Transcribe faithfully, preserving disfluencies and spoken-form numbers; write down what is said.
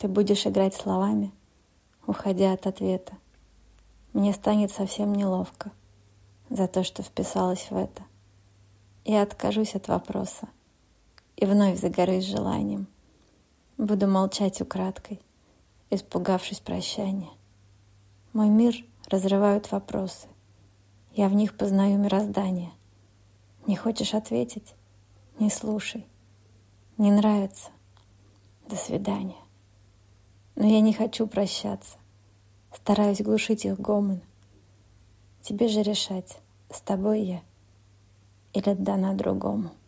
Ты будешь играть словами, уходя от ответа. Мне станет совсем неловко за то, что вписалась в это. Я откажусь от вопроса и вновь загорюсь желанием. Буду молчать украдкой, испугавшись прощания. Мой мир разрывают вопросы. Я в них познаю мироздание. Не хочешь ответить? Не слушай. Не нравится? До свидания. Но я не хочу прощаться. Стараюсь глушить их гомон. Тебе же решать, с тобой я или отдана другому.